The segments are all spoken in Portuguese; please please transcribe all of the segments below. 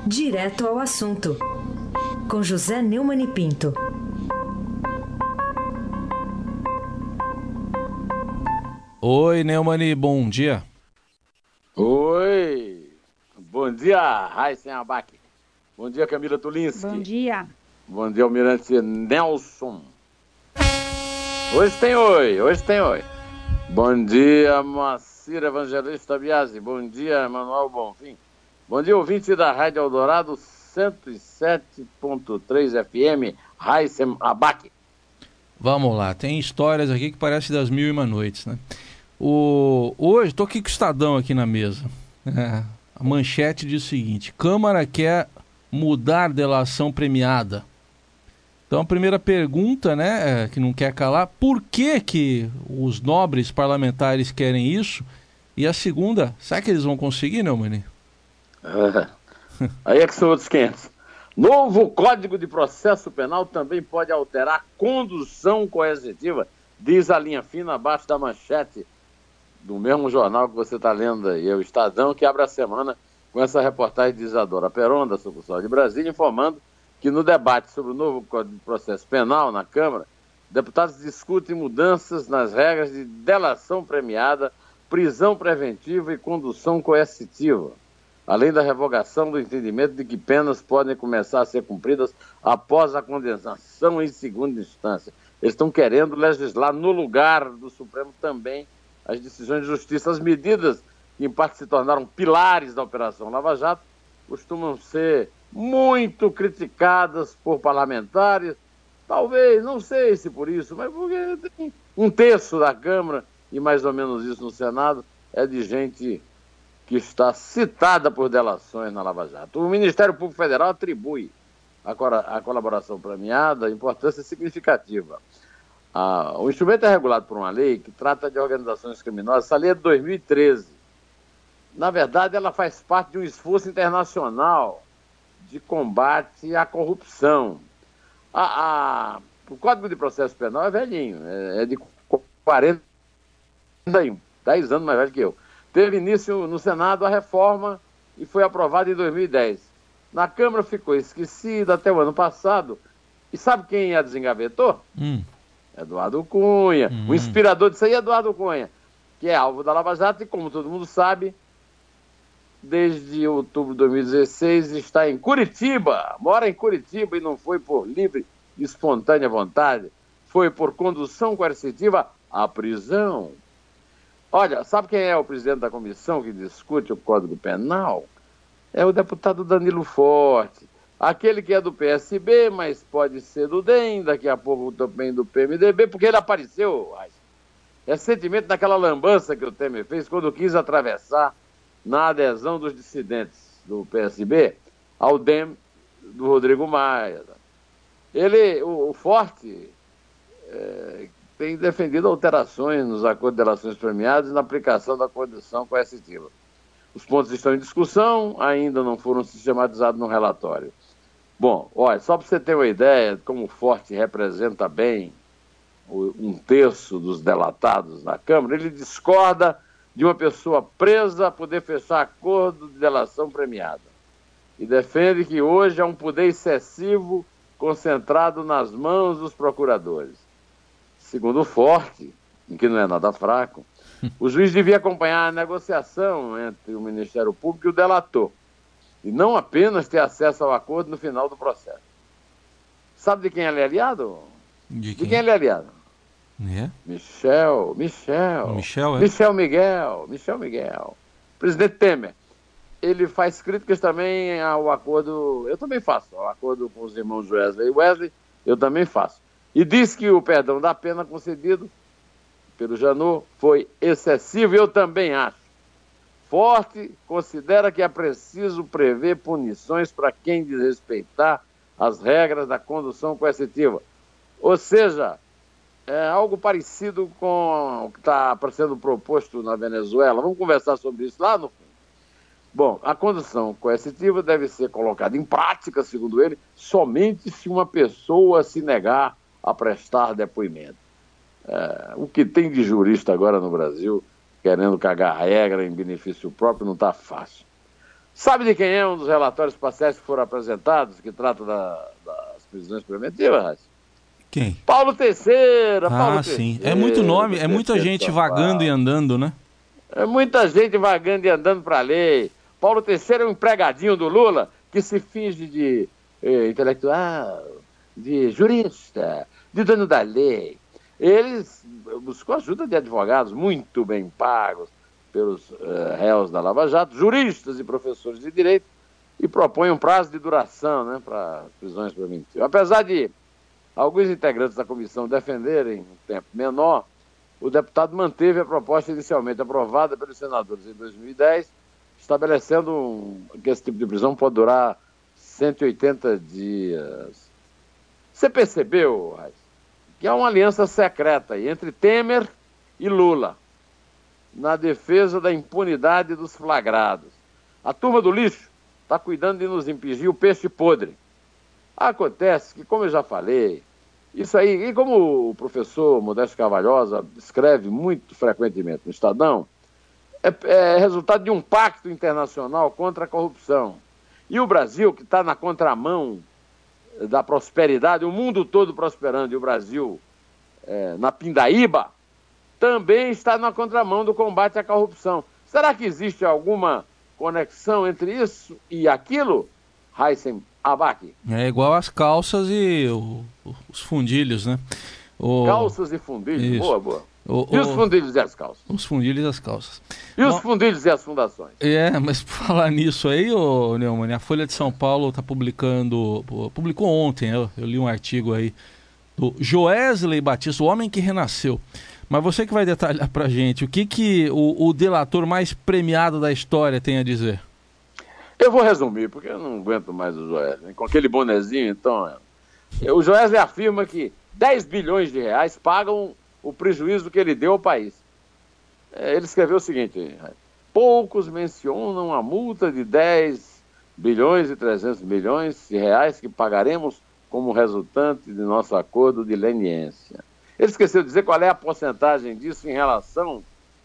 Direto ao assunto, com José Neumann e Pinto. Oi, Neumann, bom dia. Oi, bom dia, Raíssen Abac. Bom dia, Camila Tulinski. Bom dia. Bom dia, Almirante Nelson. Hoje tem oi. Bom dia, Moacir Evangelista Biasi. Bom dia, Manuel Bonfim. Bom dia, ouvinte da Rádio Eldorado 107.3 FM, Raíssen Abac. Vamos lá, tem histórias aqui que parecem das Mil e Uma Noites, né? Hoje, estou aqui com o Estadão aqui na mesa. A manchete diz o seguinte: Câmara quer mudar delação premiada. Então a primeira pergunta, né, que não quer calar, por que os nobres parlamentares querem isso? E a segunda, será que eles vão conseguir, Neumann? Aí é que são outros 500. Novo Código de Processo Penal também pode alterar a condução coercitiva, diz a linha fina abaixo da manchete do mesmo jornal que você está lendo aí, é o Estadão, que abre a semana com essa reportagem de Isadora Peron, da sucursal de Brasília, informando que no debate sobre o novo Código de Processo Penal na Câmara, deputados discutem mudanças nas regras de delação premiada, prisão preventiva e condução coercitiva, além da revogação do entendimento de que penas podem começar a ser cumpridas após a condenação em segunda instância. Eles estão querendo legislar no lugar do Supremo também as decisões de justiça. As medidas que, em parte, se tornaram pilares da Operação Lava Jato, costumam ser muito criticadas por parlamentares, talvez, não sei se por isso, mas porque tem um terço da Câmara, e mais ou menos isso no Senado, é de gente que está citada por delações na Lava Jato. O Ministério Público Federal atribui à colaboração premiada importância significativa. O instrumento é regulado por uma lei que trata de organizações criminosas. Essa lei é de 2013. Na verdade, ela faz parte de um esforço internacional de combate à corrupção. O Código de Processo Penal é velhinho, é de 41, 10 anos mais velho que eu. Teve início no Senado a reforma e foi aprovada em 2010. Na Câmara ficou esquecida até o ano passado. E sabe quem a desengavetou? Eduardo Cunha. O inspirador disso aí é Eduardo Cunha, que é alvo da Lava Jato e, como todo mundo sabe, desde outubro de 2016 está em Curitiba, mora em Curitiba, e não foi por livre e espontânea vontade, foi por condução coercitiva à prisão. Olha, sabe quem é o presidente da comissão que discute o Código Penal? É o deputado Danilo Forte, aquele que é do PSB, mas pode ser do DEM, daqui a pouco também do PMDB, porque ele apareceu recentemente naquela lambança que o Temer fez quando quis atravessar na adesão dos dissidentes do PSB ao DEM do Rodrigo Maia. O Forte tem defendido alterações nos acordos de delações premiadas e na aplicação da condução coercitiva. Os pontos estão em discussão, ainda não foram sistematizados no relatório. Bom, olha, só para você ter uma ideia de como o Forte representa bem um terço dos delatados na Câmara, ele discorda de uma pessoa presa poder fechar acordo de delação premiada. E defende que hoje é um poder excessivo concentrado nas mãos dos procuradores. Segundo o Forte, em que não é nada fraco, o juiz devia acompanhar a negociação entre o Ministério Público e o delator, e não apenas ter acesso ao acordo no final do processo. Sabe de quem ele é aliado? De quem ele é aliado? É? Michel Miguel. Presidente Temer. Ele faz críticas também ao acordo, eu também faço, ao acordo com os irmãos Wesley e Wesley, eu também faço. E diz que o perdão da pena concedido pelo Janot foi excessivo, e eu também acho. Forte considera que é preciso prever punições para quem desrespeitar as regras da condução coercitiva. Ou seja, é algo parecido com o que está sendo proposto na Venezuela. Vamos conversar sobre isso lá no fundo. Bom, a condução coercitiva deve ser colocada em prática, segundo ele, somente se uma pessoa se negar a prestar depoimento. O que tem de jurista agora no Brasil, querendo cagar a regra em benefício próprio, não está fácil. Sabe de quem é um dos relatórios parciais que foram apresentados, que trata das prisões preventivas, Raíssa? Quem? Paulo Teixeira. Paulo sim. Teixeira, É muito nome, é muita gente vagando e andando, né? É muita gente vagando e andando para a lei. Paulo Teixeira é um empregadinho do Lula que se finge de intelectual, de jurista, de dono da lei. Ele buscou ajuda de advogados muito bem pagos pelos réus da Lava Jato, juristas e professores de direito, e propõe um prazo de duração, né, para prisões preventivas. Apesar de alguns integrantes da comissão defenderem um tempo menor, o deputado manteve a proposta inicialmente aprovada pelos senadores em 2010, estabelecendo que esse tipo de prisão pode durar 180 dias. Você percebeu, Raíssa, que há uma aliança secreta aí entre Temer e Lula na defesa da impunidade dos flagrados. A turma do lixo está cuidando de nos impingir o peixe podre. Acontece que, como eu já falei, isso aí, e como o professor Modesto Carvalhosa escreve muito frequentemente no Estadão, é resultado de um pacto internacional contra a corrupção. E o Brasil, que está na contramão da prosperidade, o mundo todo prosperando e o Brasil na pindaíba, também está na contramão do combate à corrupção. Será que existe alguma conexão entre isso e aquilo, Raíssa Abac? É igual as calças e os fundilhos, né? Calças e fundilhos, isso. Boa. E os fundilhos e as calças? Os fundilhos e as calças. E os fundilhos e as fundações? Mas por falar nisso aí, Neumann, a Folha de São Paulo está publicou ontem, eu li um artigo aí, do Joesley Batista, o homem que renasceu. Mas você que vai detalhar pra gente, o que o delator mais premiado da história tem a dizer? Eu vou resumir, porque eu não aguento mais o Joesley. Com aquele bonezinho, então... O Joesley afirma que 10 bilhões de reais pagam o prejuízo que ele deu ao país. Ele escreveu o seguinte: poucos mencionam a multa de 10 bilhões e 300 milhões de reais que pagaremos como resultante de nosso acordo de leniência. Ele esqueceu de dizer qual é a porcentagem disso em relação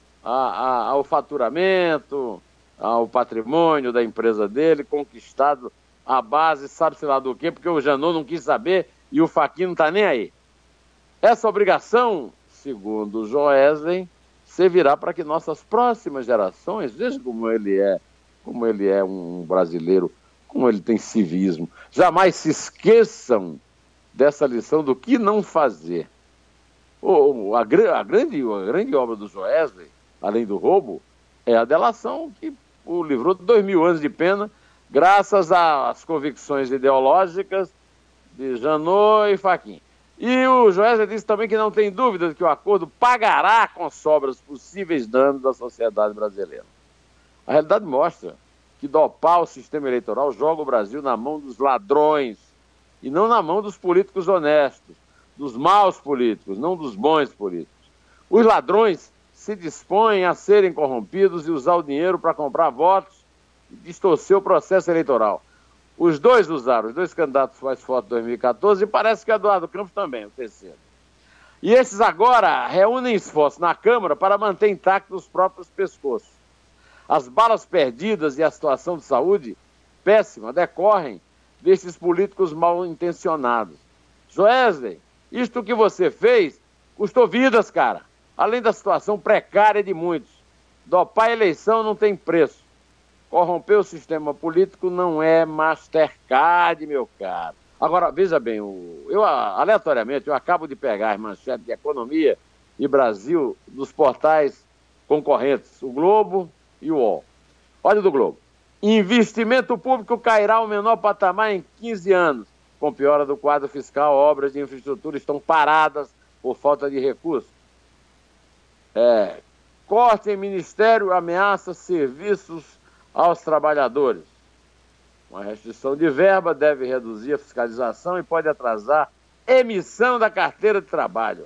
ao faturamento, ao patrimônio da empresa dele, conquistado à base, sabe-se lá do quê, porque o Janot não quis saber e o Fachin não está nem aí. Essa obrigação, segundo o Joesley, servirá para que nossas próximas gerações, veja como ele é um brasileiro, como ele tem civismo, jamais se esqueçam dessa lição do que não fazer. A grande obra do Joesley, além do roubo, é a delação que o livrou de 2.000 anos de pena, graças às convicções ideológicas de Janot e Fachin. E o Joesley disse também que não tem dúvida de que o acordo pagará com sobras possíveis danos à sociedade brasileira. A realidade mostra que dopar o sistema eleitoral joga o Brasil na mão dos ladrões e não na mão dos políticos honestos, dos maus políticos, não dos bons políticos. Os ladrões se dispõem a serem corrompidos e usar o dinheiro para comprar votos e distorcer o processo eleitoral. Os dois candidatos mais fortes de 2014, e parece que Eduardo Campos também, o terceiro. E esses agora reúnem esforços na Câmara para manter intactos os próprios pescoços. As balas perdidas e a situação de saúde péssima decorrem desses políticos mal intencionados. Joesley, isto que você fez custou vidas, cara. Além da situação precária de muitos. Dopar a eleição não tem preço. Corromper o sistema político não é Mastercard, meu caro. Agora, veja bem, aleatoriamente eu acabo de pegar as manchetes de Economia e Brasil dos portais concorrentes, o Globo e o UOL. Olha do Globo. Investimento público cairá ao menor patamar em 15 anos. Com piora do quadro fiscal, obras de infraestrutura estão paradas por falta de recursos. Corte em ministério ameaça serviços aos trabalhadores. Uma restrição de verba deve reduzir a fiscalização e pode atrasar emissão da carteira de trabalho.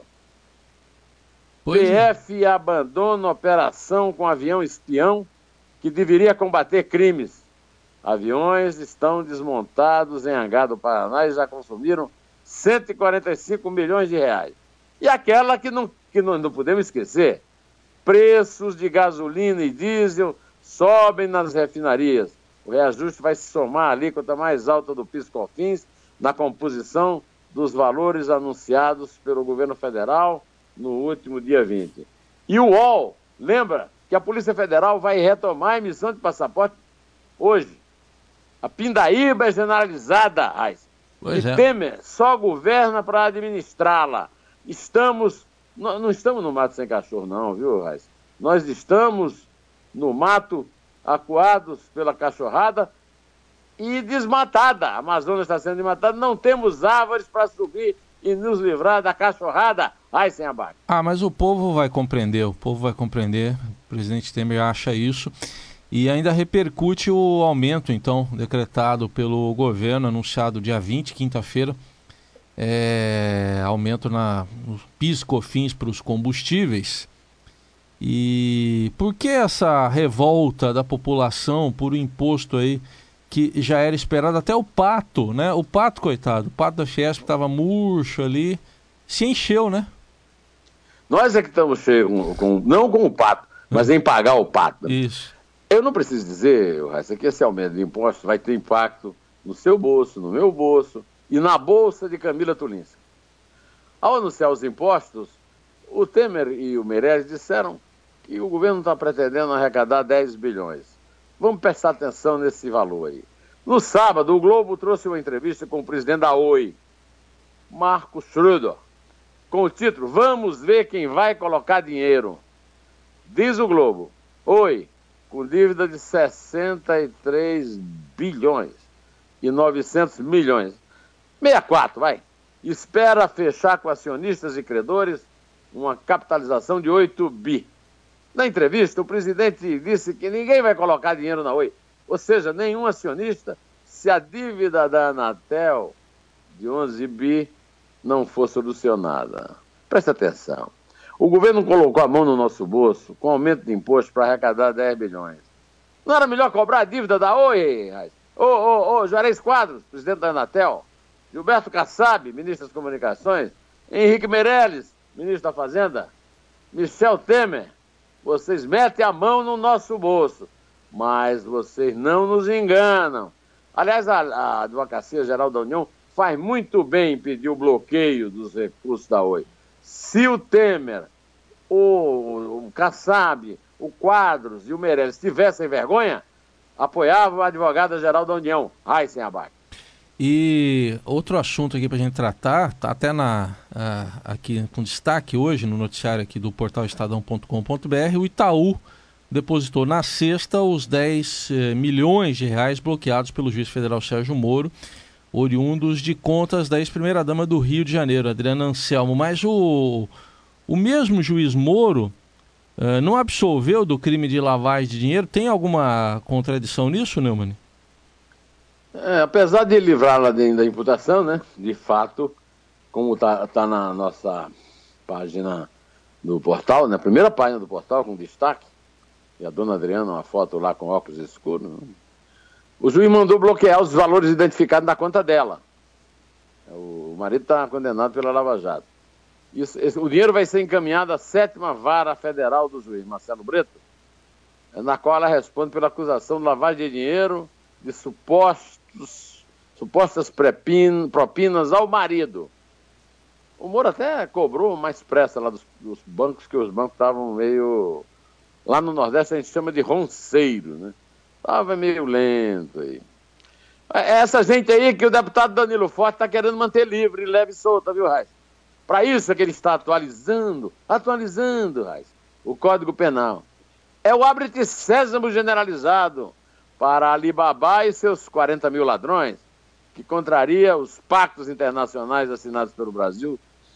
PF abandona operação com avião espião que deveria combater crimes. Aviões estão desmontados em Hangar do Paraná e já consumiram 145 milhões de reais. E aquela que não podemos esquecer, preços de gasolina e diesel sobem nas refinarias. O reajuste vai se somar à alíquota mais alta do PIS/COFINS na composição dos valores anunciados pelo governo federal no último dia 20. E o UOL, lembra que a Polícia Federal vai retomar a emissão de passaporte hoje. A pindaíba é generalizada, Raiz. Pois e é. Temer só governa para administrá-la. Não estamos no mato sem cachorro, não, viu, Raiz? Nós estamos no mato, acuados pela cachorrada e desmatada. A Amazônia está sendo desmatada, não temos árvores para subir e nos livrar da cachorrada. Ai, sem abaixo. Mas o povo vai compreender, o presidente Temer acha isso, e ainda repercute o aumento, então, decretado pelo governo, anunciado dia 20, quinta-feira, aumento no PIS/COFINS para os combustíveis. E por que essa revolta da população por um imposto aí que já era esperado? Até o Pato, né? O Pato, coitado, o Pato da Fiesp que estava murcho ali, se encheu, né? Nós é que estamos cheios, não com o Pato, mas em pagar o Pato. Isso. Eu não preciso dizer, Raíssa, que esse aumento de impostos vai ter impacto no seu bolso, no meu bolso e na bolsa de Camila Tulinska. Ao anunciar os impostos, o Temer e o Meirelles disseram que o governo está pretendendo arrecadar 10 bilhões. Vamos prestar atenção nesse valor aí. No sábado, o Globo trouxe uma entrevista com o presidente da Oi, Marcos Schröder, com o título "Vamos ver quem vai colocar dinheiro". Diz o Globo: Oi, com dívida de 63 bilhões e 900 milhões. 64, vai. Espera fechar com acionistas e credores uma capitalização de 8 bi. Na entrevista, o presidente disse que ninguém vai colocar dinheiro na Oi, ou seja, nenhum acionista, se a dívida da Anatel de 11 bi não for solucionada. Presta atenção. O governo colocou a mão no nosso bolso com aumento de imposto para arrecadar 10 bilhões. Não era melhor cobrar a dívida da Oi? Juarez Quadros, presidente da Anatel, Gilberto Kassab, ministro das Comunicações, Henrique Meirelles, ministro da Fazenda, Michel Temer. Vocês metem a mão no nosso bolso, mas vocês não nos enganam. Aliás, a Advocacia Geral da União faz muito bem em pedir o bloqueio dos recursos da Oi. Se o Temer, o Kassab, o Quadros e o Meirelles tivessem vergonha, apoiavam a Advogada-Geral da União. Ai, sem abaixo. E outro assunto aqui para a gente tratar, está até aqui com destaque hoje no noticiário aqui do portal estadão.com.br, o Itaú depositou na sexta os 10 milhões de reais bloqueados pelo juiz federal Sérgio Moro, oriundos de contas da ex-primeira-dama do Rio de Janeiro, Adriana Anselmo. Mas o mesmo juiz Moro não absolveu do crime de lavagem de dinheiro. Tem alguma contradição nisso, Neumann? Apesar de livrá-la da imputação, né, de fato, como tá na nossa página do portal, na primeira página do portal, com destaque, e a dona Adriana, uma foto lá com óculos escuros, o juiz mandou bloquear os valores identificados na conta dela. O marido está condenado pela Lava Jato. O dinheiro vai ser encaminhado à 7ª Vara Federal do juiz, Marcelo Breto, na qual ela responde pela acusação de lavagem de dinheiro, de supostas propinas ao marido. O Moro até cobrou mais pressa lá dos bancos, que os bancos estavam meio... Lá no Nordeste a gente chama de ronceiro, né? Estava meio lento aí. Essa gente aí que o deputado Danilo Forte está querendo manter livre, leve e solta, viu, Raiz? Para isso é que ele está atualizando, Raiz, o Código Penal. É o abre-te sésamo generalizado para Alibaba e seus 40 mil ladrões, que contraria os pactos internacionais assinados pelo Brasil,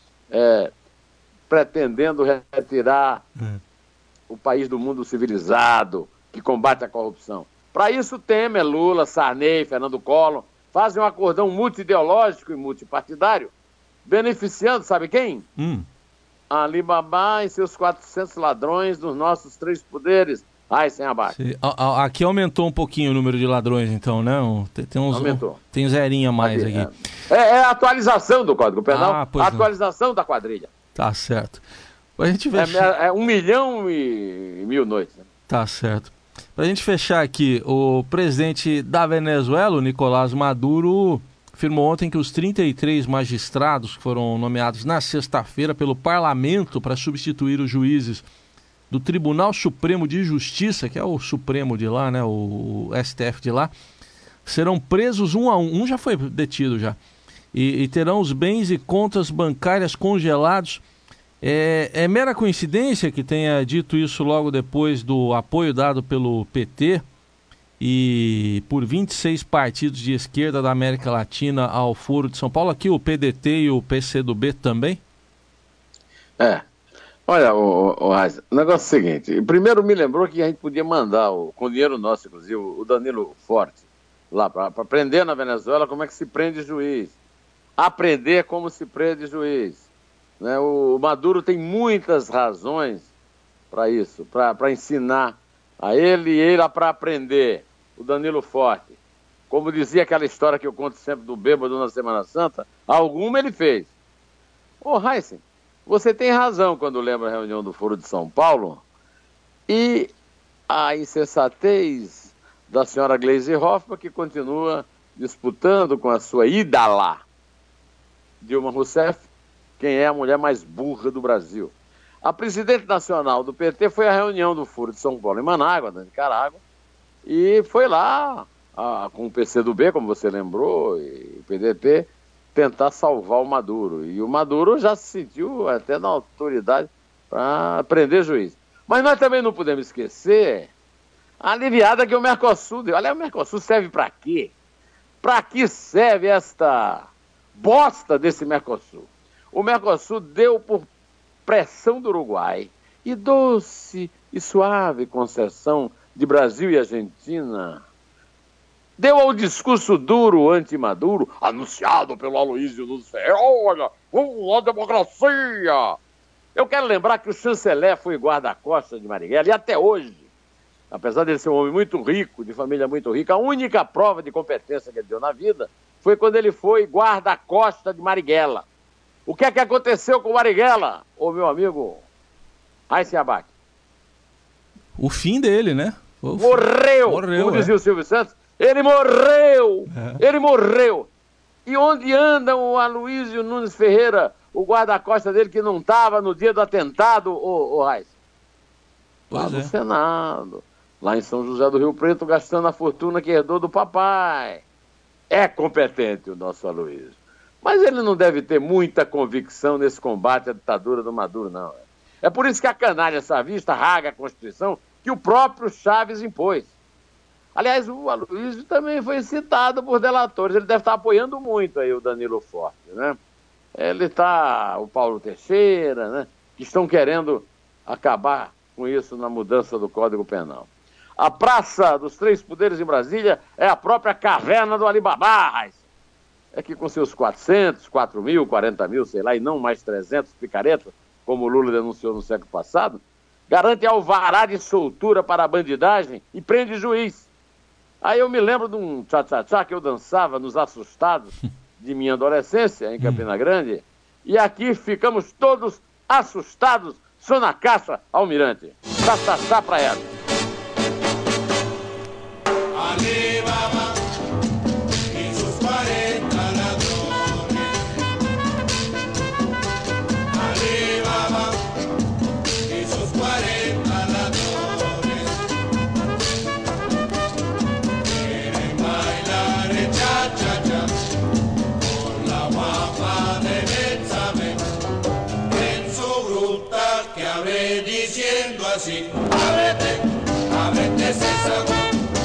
pretendendo retirar o país do mundo civilizado, que combate a corrupção. Para isso, Temer, Lula, Sarney, Fernando Collor fazem um acordão multiideológico e multipartidário, beneficiando, sabe quem? A Alibaba e seus 400 ladrões dos nossos 3 poderes. Ai, sem abaixo. Aqui aumentou um pouquinho o número de ladrões, então, né? Aumentou. Tem zerinha a mais aqui. É a atualização do Código Penal, a atualização da quadrilha. Tá certo. A gente vê... 1 milhão e 1.000 noites. Né? Tá certo. Para a gente fechar aqui, o presidente da Venezuela, o Nicolás Maduro, afirmou ontem que os 33 magistrados que foram nomeados na sexta-feira pelo parlamento para substituir os juízes do Tribunal Supremo de Justiça, que é o Supremo de lá, né, o STF de lá, serão presos um a um. Um já foi detido já. E terão os bens e contas bancárias congelados. É mera coincidência que tenha dito isso logo depois do apoio dado pelo PT e por 26 partidos de esquerda da América Latina ao Foro de São Paulo, aqui o PDT e o PCdoB também? Olha, o negócio é o seguinte, primeiro me lembrou que a gente podia mandar, com dinheiro nosso, inclusive, o Danilo Forte, lá para aprender na Venezuela como é que se prende juiz, aprender como se prende juiz. Né? O Maduro tem muitas razões para isso, para ensinar a ele e ele para aprender, o Danilo Forte. Como dizia aquela história que eu conto sempre do bêbado na Semana Santa, alguma ele fez. Ô, Heisen, você tem razão quando lembra a reunião do Foro de São Paulo e a insensatez da senhora Gleisi Hoffmann, que continua disputando com a sua ídala, Dilma Rousseff, quem é a mulher mais burra do Brasil. A presidente nacional do PT foi à reunião do Foro de São Paulo em Manágua, na Nicarágua, e foi lá com o PCdoB, como você lembrou, e o PDT, tentar salvar o Maduro. E o Maduro já se sentiu até na autoridade para prender juiz. Mas nós também não podemos esquecer a aliviada que o Mercosul deu. Olha, o Mercosul serve para quê? Para que serve esta bosta desse Mercosul? O Mercosul deu por pressão do Uruguai e doce e suave concessão de Brasil e Argentina. Deu ao discurso duro anti-Maduro, anunciado pelo Aloysio Nunes Ferreira. Olha, a democracia! Eu quero lembrar que o chanceler foi guarda-costas de Marighella e até hoje, apesar de ser um homem muito rico, de família muito rica, a única prova de competência que ele deu na vida foi quando ele foi guarda-costas de Marighella. O que é que aconteceu com o Marighella, ô meu amigo Raíssa Abac? O fim dele, né? Morreu, como dizia o Silvio Santos. Ele morreu! Ele morreu! E onde anda o Aloysio Nunes Ferreira, o guarda-costas dele que não estava no dia do atentado, ô Raíssa? Lá no Senado, lá em São José do Rio Preto, gastando a fortuna que herdou do papai. É competente o nosso Aloysio. Mas ele não deve ter muita convicção nesse combate à ditadura do Maduro, não. É por isso que a canalha savista raga a Constituição que o próprio Chaves impôs. Aliás, o Aloysio também foi citado por delatores. Ele deve estar apoiando muito aí o Danilo Forte, né? Ele está, o Paulo Teixeira, né? Que estão querendo acabar com isso na mudança do Código Penal. A Praça dos Três Poderes em Brasília é a própria caverna do Alibaba. É que com seus 400, 4 mil, 40 mil, sei lá, e não mais 300 picaretas, como o Lula denunciou no século passado, garante alvará de soltura para a bandidagem e prende juiz. Aí eu me lembro de um tchá-tchá-tchá que eu dançava nos assustados de minha adolescência, em Campina Grande, e aqui ficamos todos assustados, só na caça Almirante. Tchá-tchá-tchá pra ela. Alibaba y sus 40 ladrones. Alibaba y sus 40 ladrones. Quieren bailar el cha-cha-cha con la guapa de Betsabe. En su gruta que abre diciendo así: ábrete, ábrete sésamo.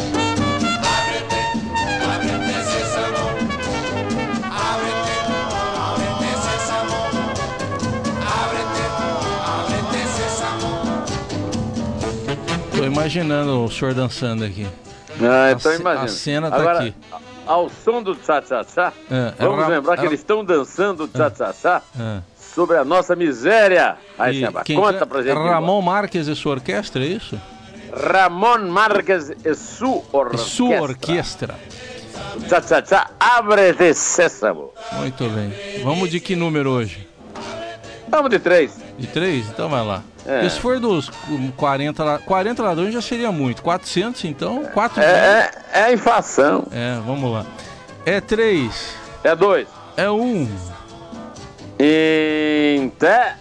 Tô imaginando o senhor dançando aqui. Então imagina. A cena tá agora, aqui. Ao som do tchá-tchá-tchá, vamos lembrar que eles estão dançando tchá-tchá-tchá sobre a nossa miséria. Aí, conta pra gente. Ramon Marques e sua orquestra, é isso? Ramon Marques e sua orquestra. Sua orquestra. Tchá-tchá-tchá, abre de sésamo. Muito bem. Vamos de que número hoje? Vamos de 3. De 3? Então vai lá. É. Se for dos 40 ladrões já seria muito. 400, então 4 É a inflação. Vamos lá. É 3. É 2. É 1. Em té.